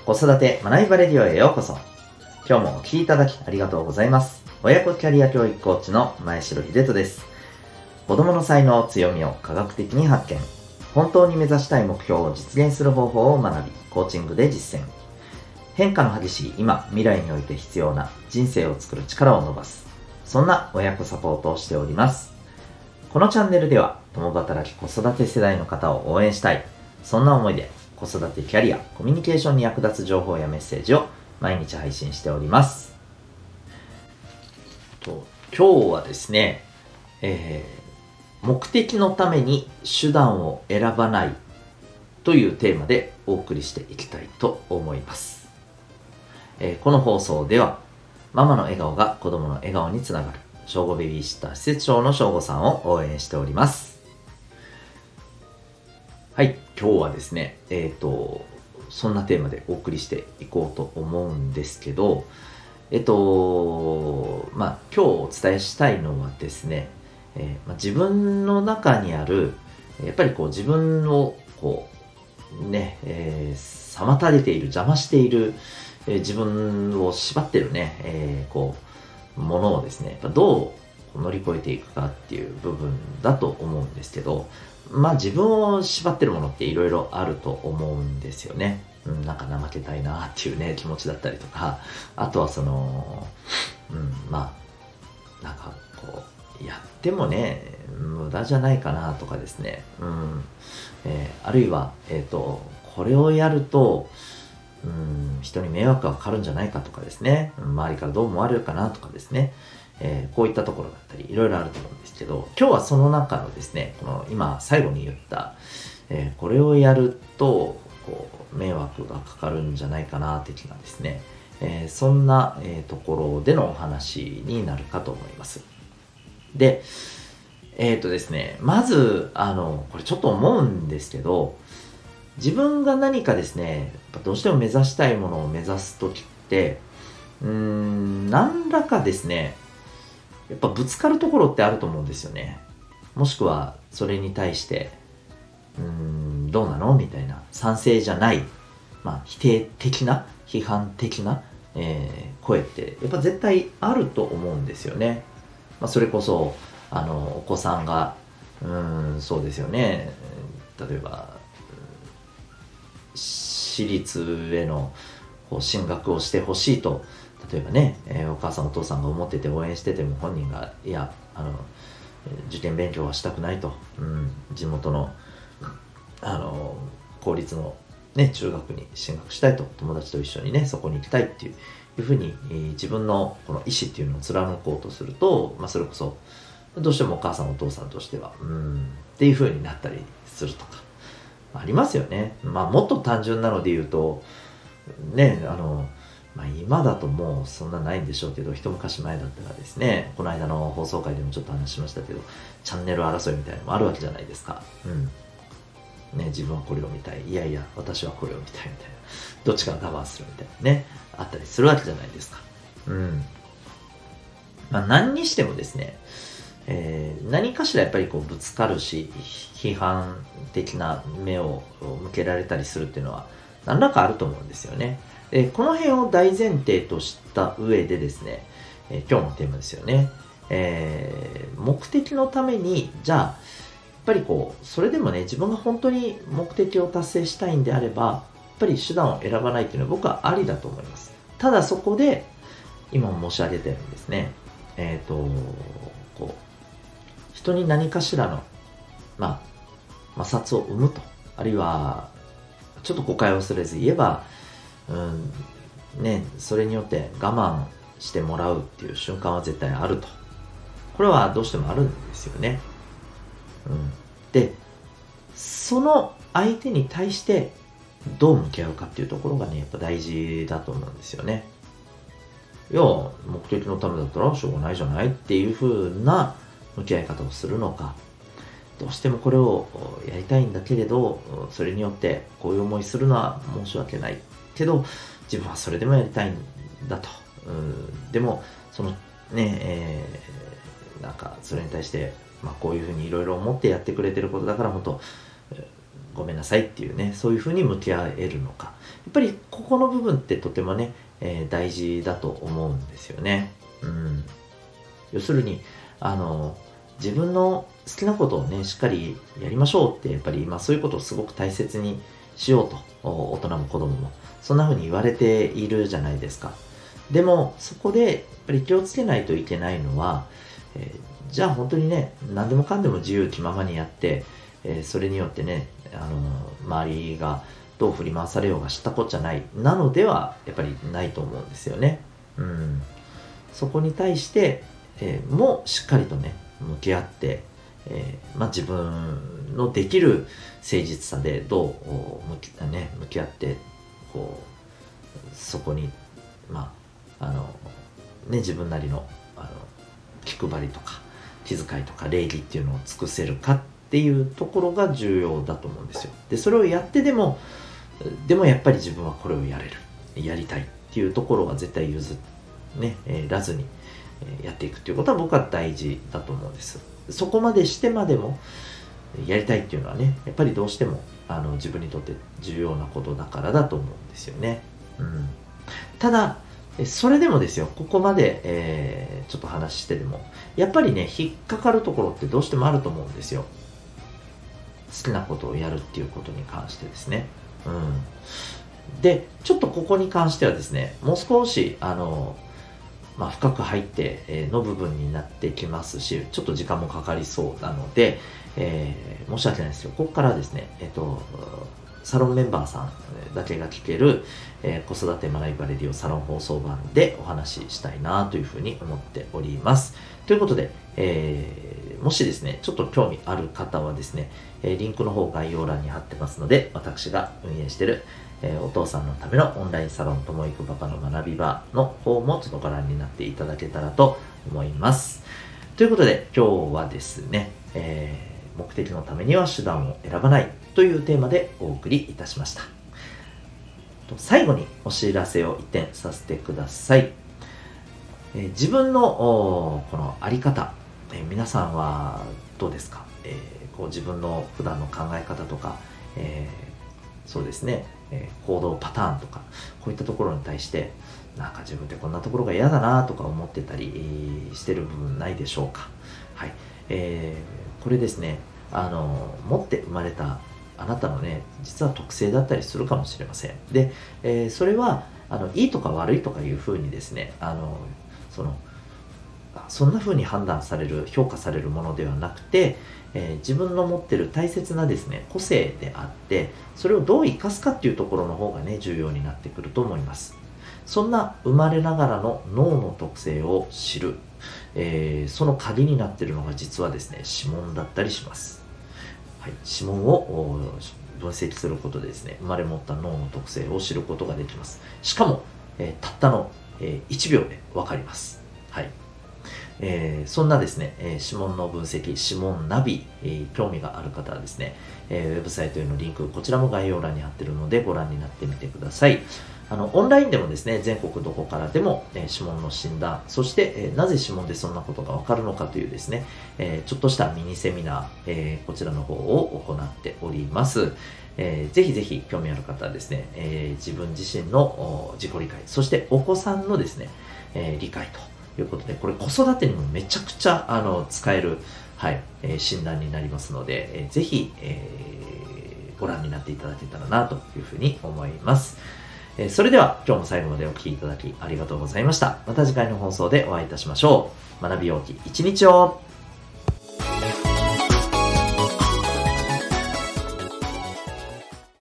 子育て学びバレディオへようこそ。今日もお聞きいただきありがとうございます。親子キャリア教育コーチの前城秀人です。子供の才能、強みを科学的に発見。本当に目指したい目標を実現する方法を学び、コーチングで実践。変化の激しい今、未来において必要な人生を作る力を伸ばす。そんな親子サポートをしております。このチャンネルでは、共働き子育て世代の方を応援したい。そんな思いで、子育てキャリア、コミュニケーションに役立つ情報やメッセージを毎日配信しております。今日はですね、目的のために手段を選ばないというテーマでお送りしていきたいと思います。この放送では、ママの笑顔が子供の笑顔につながる、小5ベビーシッター施設長の小5さんを応援しております。はい、今日はですね、そんなテーマでお送りしていこうと思うんですけど、今日お伝えしたいのはですね、自分の中にある、やっぱり自分を妨げている、邪魔している、自分を縛ってるね、ものをですね、どう乗り越えていくかっていう部分だと思うんですけど、自分を縛ってるものっていろいろあると思うんですよね。なんか怠けたいなっていうね、気持ちだったりとか、あとはやってもね、無駄じゃないかなとかですね。あるいは、これをやると、人に迷惑がかかるんじゃないかとかですね。周りからどう思われるかなとかですね。こういったところだったり、いろいろあると思うんですけど、今日はその中のですね、この今最後に言った、これをやると、迷惑がかかるんじゃないかな、的なですね。そんな、ところでのお話になるかと思います。で、ですね、まず、これちょっと思うんですけど、自分が何かですね、どうしても目指したいものを目指すときって、何らかですね、やっぱぶつかるところってあると思うんですよね。もしくは、それに対して、どうなのみたいな、賛成じゃない、否定的な、批判的な、声って、やっぱ絶対あると思うんですよね。それこそ、お子さんが、そうですよね。例えば、私立への進学をしてほしいと、例えばね、お母さんお父さんが思ってて応援してても本人が、いや、受験勉強はしたくないと、地元の、公立の、ね、中学に進学したいと、友達と一緒にね、そこに行きたいっていうふうに、自分のこの意思っていうのを貫こうとすると、それこそ、どうしてもお母さんお父さんとしては、っていうふうになったりするとか、ありますよね。もっと単純なので言うと、ね、今だともうそんなないんでしょうけど、一昔前だったらですね、この間の放送回でもちょっと話しましたけど、チャンネル争いみたいなのもあるわけじゃないですか。自分はこれを見たい。いやいや、私はこれを見たいみたいな。どっちかが我慢するみたいなね、あったりするわけじゃないですか。何にしてもですね、何かしらやっぱりぶつかるし、批判的な目を向けられたりするっていうのは何らかあると思うんですよね。この辺を大前提とした上でですね、今日のテーマですよね。目的のために、じゃあ、やっぱりそれでもね、自分が本当に目的を達成したいんであれば、やっぱり手段を選ばないっていうのは僕はありだと思います。ただそこで、今申し上げたようにですね、人に何かしらの、摩擦を生むと、あるいは、ちょっと誤解を恐れず言えば、それによって我慢してもらうっていう瞬間は絶対あると。これはどうしてもあるんですよね。で、その相手に対してどう向き合うかっていうところがね、やっぱ大事だと思うんですよね。いや、目的のためだったらしょうがないじゃないっていう風な向き合い方をするのか、どうしてもこれをやりたいんだけれど、それによってこういう思いするのは申し訳ないけど、自分はそれでもやりたいんだと。でも、そのね、それに対して、こういうふうにいろいろ思ってやってくれてることだから、本当、 ごめんなさいっていうね、そういうふうに向き合えるのか。やっぱりここの部分ってとてもね、大事だと思うんですよね。要するに、自分の好きなことをね、しっかりやりましょうって、やっぱりそういうことをすごく大切にしようと、大人も子供も、そんな風に言われているじゃないですか。でも、そこで、やっぱり気をつけないといけないのは、じゃあ本当にね、何でもかんでも自由気ままにやって、それによってね、周りがどう振り回されようが知ったこっちゃない、なのでは、やっぱりないと思うんですよね。そこに対して、もうしっかりとね、向き合って、自分のできる誠実さでどう向き合って、そこに、自分なりの、気配りとか、気遣いとか礼儀っていうのを尽くせるかっていうところが重要だと思うんですよ。で、それをやってでもやっぱり自分はこれをやりたいっていうところは絶対らずにやっていくっていうことは僕は大事だと思うんです。そこまでしてまでもやりたいっていうのはね、やっぱりどうしても自分にとって重要なことだからだと思うんですよね。ただ、それでもですよ、ここまで、ちょっと話してでも、やっぱりね、引っかかるところってどうしてもあると思うんですよ。好きなことをやるっていうことに関してですね。で、ちょっとここに関してはですね、もう少し、深く入っての部分になってきますし、ちょっと時間もかかりそうなので、申し訳ないですよ。ここからですね、サロンメンバーさんだけが聞ける、子育て学びバレディオサロン放送版でお話ししたいなというふうに思っております。ということで、もしですね、ちょっと興味ある方はですね、リンクの方概要欄に貼ってますので、私が運営しているお父さんのためのオンラインサロンともいくパパの学び場の方もちょっとご覧になっていただけたらと思います。ということで今日はですね、目的のためには手段を選ばないというテーマでお送りいたしました。最後にお知らせを一点させてください。自分のこのあり方、皆さんはどうですか？自分の普段の考え方とか、そうですね、行動パターンとか、こういったところに対して、なんか自分ってこんなところが嫌だなとか思ってたりしてる部分ないでしょうか？はい。これですね、持って生まれたあなたのね、実は特性だったりするかもしれません。で、それは、いいとか悪いとかいうふうにですね、そんな風に判断される、評価されるものではなくて、自分の持ってる大切なですね、個性であって、それをどう生かすかっていうところの方がね、重要になってくると思います。そんな生まれながらの脳の特性を知る、その鍵になっているのが実はですね、指紋だったりします。はい、指紋を分析することでですね、生まれ持った脳の特性を知ることができます。しかも、たったの、1秒でわかります。はい。そんなですね、指紋の分析、指紋ナビ、興味がある方はですね、ウェブサイトへのリンク、こちらも概要欄に貼っているのでご覧になってみてください。オンラインでもですね、全国どこからでも、指紋の診断、そして、なぜ指紋でそんなことがわかるのかというですね、ちょっとしたミニセミナー、こちらの方を行っております。ぜひぜひ興味ある方はですね、自分自身の自己理解、そしてお子さんのですね、理解ということで、これ子育てにもめちゃくちゃ使える、はい、診断になりますので、ぜひ、ご覧になっていただけたらなというふうに思います。それでは今日も最後までお聞きいただきありがとうございました。また次回の放送でお会いいたしましょう。学びようき一日を。